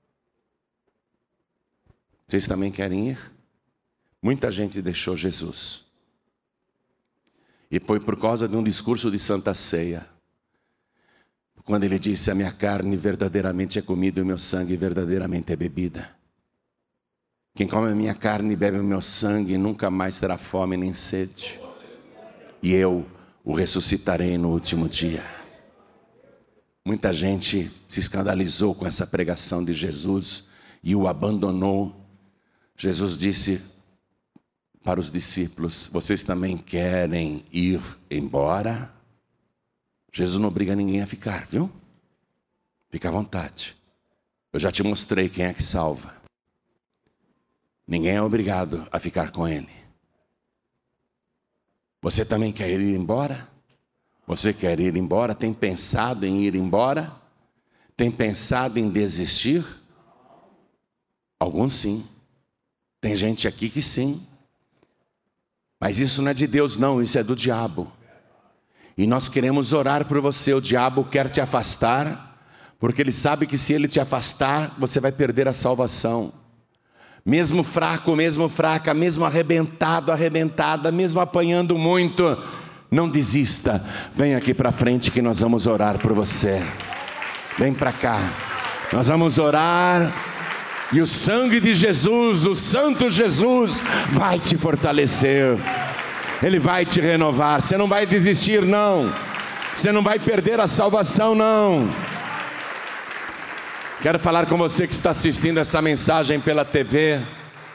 Vocês também querem ir? Muita gente deixou Jesus. E foi por causa de um discurso de Santa Ceia. Quando ele disse: a minha carne verdadeiramente é comida e o meu sangue verdadeiramente é bebida. Quem come a minha carne e bebe o meu sangue nunca mais terá fome nem sede. E eu o ressuscitarei no último dia. Muita gente se escandalizou com essa pregação de Jesus e o abandonou. Jesus disse para os discípulos: vocês também querem ir embora? Jesus não obriga ninguém a ficar, viu? Fica à vontade. Eu já te mostrei quem é que salva. Ninguém é obrigado a ficar com ele. Você também quer ir embora? Você quer ir embora? Tem pensado em ir embora? Tem pensado em desistir? Alguns sim. Tem gente aqui que sim. Mas isso não é de Deus não, isso é do diabo. E nós queremos orar por você. O diabo quer te afastar, porque ele sabe que se ele te afastar, você vai perder a salvação. Mesmo fraco, mesmo fraca, mesmo arrebentado, arrebentada, mesmo apanhando muito, não desista. Vem aqui para frente que nós vamos orar por você. Vem para cá. Nós vamos orar e o sangue de Jesus, o Santo Jesus, vai te fortalecer. Ele vai te renovar. Você não vai desistir, não. Você não vai perder a salvação, não. Quero falar com você que está assistindo essa mensagem pela T V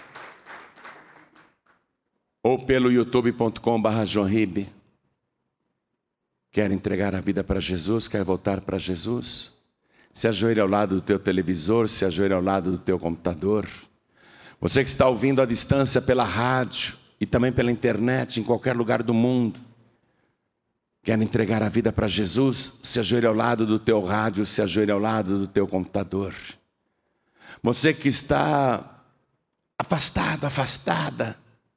ou pelo youtube ponto com barra João Ribe. Quer entregar a vida para Jesus? Quer voltar para Jesus? Se ajoelhe ao lado do teu televisor, se ajoelhe ao lado do teu computador. Você que está ouvindo à distância pela rádio e também pela internet, em qualquer lugar do mundo, quer entregar a vida para Jesus? Se ajoelhe ao lado do teu rádio, se ajoelhe ao lado do teu computador. Você que está afastado, afastada,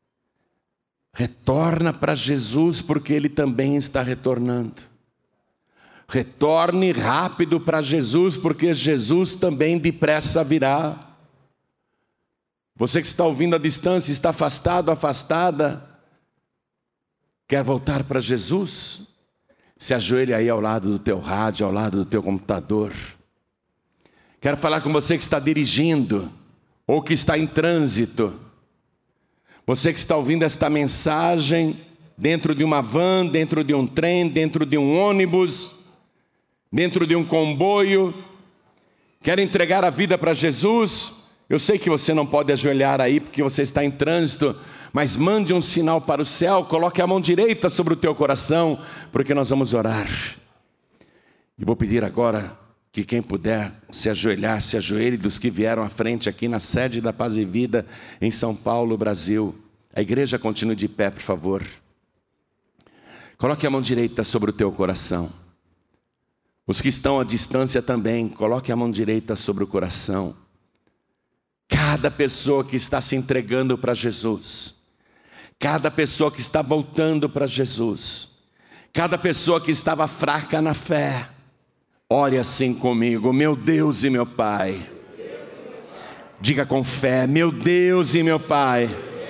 retorna para Jesus, porque Ele também está retornando. Retorne rápido para Jesus, porque Jesus também depressa virá. Você que está ouvindo à distância, está afastado, afastada, quer voltar para Jesus? Se ajoelhe aí ao lado do teu rádio, ao lado do teu computador. Quero falar com você que está dirigindo ou que está em trânsito. Você que está ouvindo esta mensagem dentro de uma van, dentro de um trem, dentro de um ônibus, dentro de um comboio. Quer entregar a vida para Jesus? Eu sei que você não pode ajoelhar aí porque você está em trânsito, mas mande um sinal para o céu, coloque a mão direita sobre o teu coração, porque nós vamos orar. E vou pedir agora que quem puder se ajoelhar, se ajoelhe dos que vieram à frente aqui na sede da Paz e Vida em São Paulo, Brasil. A igreja continue de pé, por favor. Coloque a mão direita sobre o teu coração. Os que estão à distância também, coloque a mão direita sobre o coração. Cada pessoa que está se entregando para Jesus, cada pessoa que está voltando para Jesus, cada pessoa que estava fraca na fé, ore assim comigo: meu Deus e meu Pai. Diga com fé: meu Deus e meu Pai,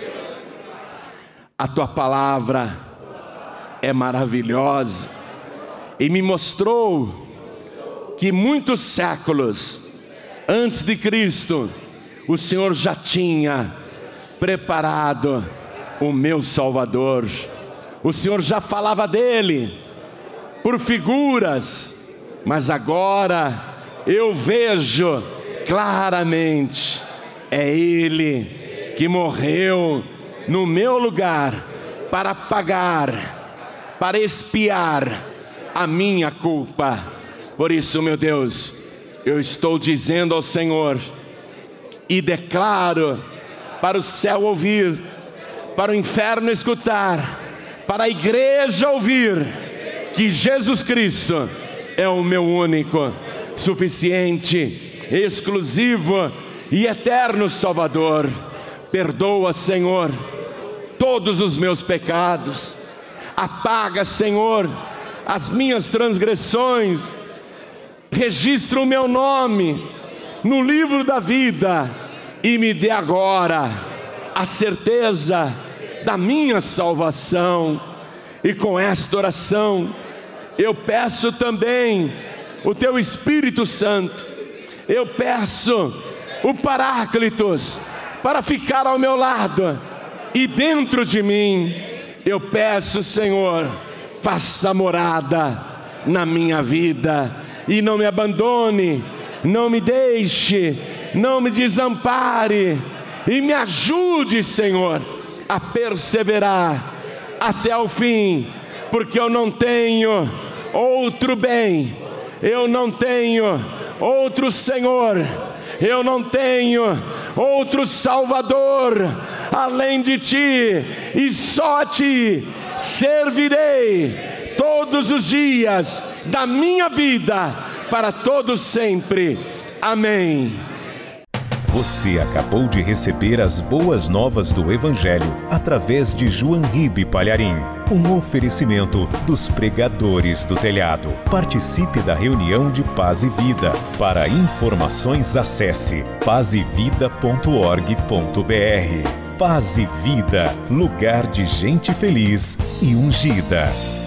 a tua palavra é maravilhosa e me mostrou que muitos séculos antes de Cristo, o Senhor já tinha preparado o meu Salvador. O Senhor já falava dele por figuras, mas agora eu vejo claramente, é ele que morreu no meu lugar para pagar, para expiar a minha culpa. Por isso, meu Deus, eu estou dizendo ao Senhor e declaro para o céu ouvir, para o inferno escutar, para a igreja ouvir, que Jesus Cristo é o meu único, suficiente, exclusivo e eterno Salvador. Perdoa, Senhor, todos os meus pecados. Apaga, Senhor, as minhas transgressões. Registra o meu nome no livro da vida e me dê agora a certeza da minha salvação. E com esta oração eu peço também o teu Espírito Santo. Eu peço o Paráclitos para ficar ao meu lado e dentro de mim. Eu peço, Senhor, faça morada na minha vida e não me abandone, não me deixe, não me desampare e me ajude, Senhor, a perseverar até o fim, porque eu não tenho outro bem, eu não tenho outro Senhor, eu não tenho outro Salvador além de Ti, e só a Ti servirei todos os dias da minha vida, para todos sempre. Amém. Você acabou de receber as boas novas do Evangelho através de João Ribe Palharim, um oferecimento dos pregadores do telhado. Participe da reunião de Paz e Vida. Para informações, acesse paz e vida ponto org ponto br. Paz e Vida, lugar de gente feliz e ungida.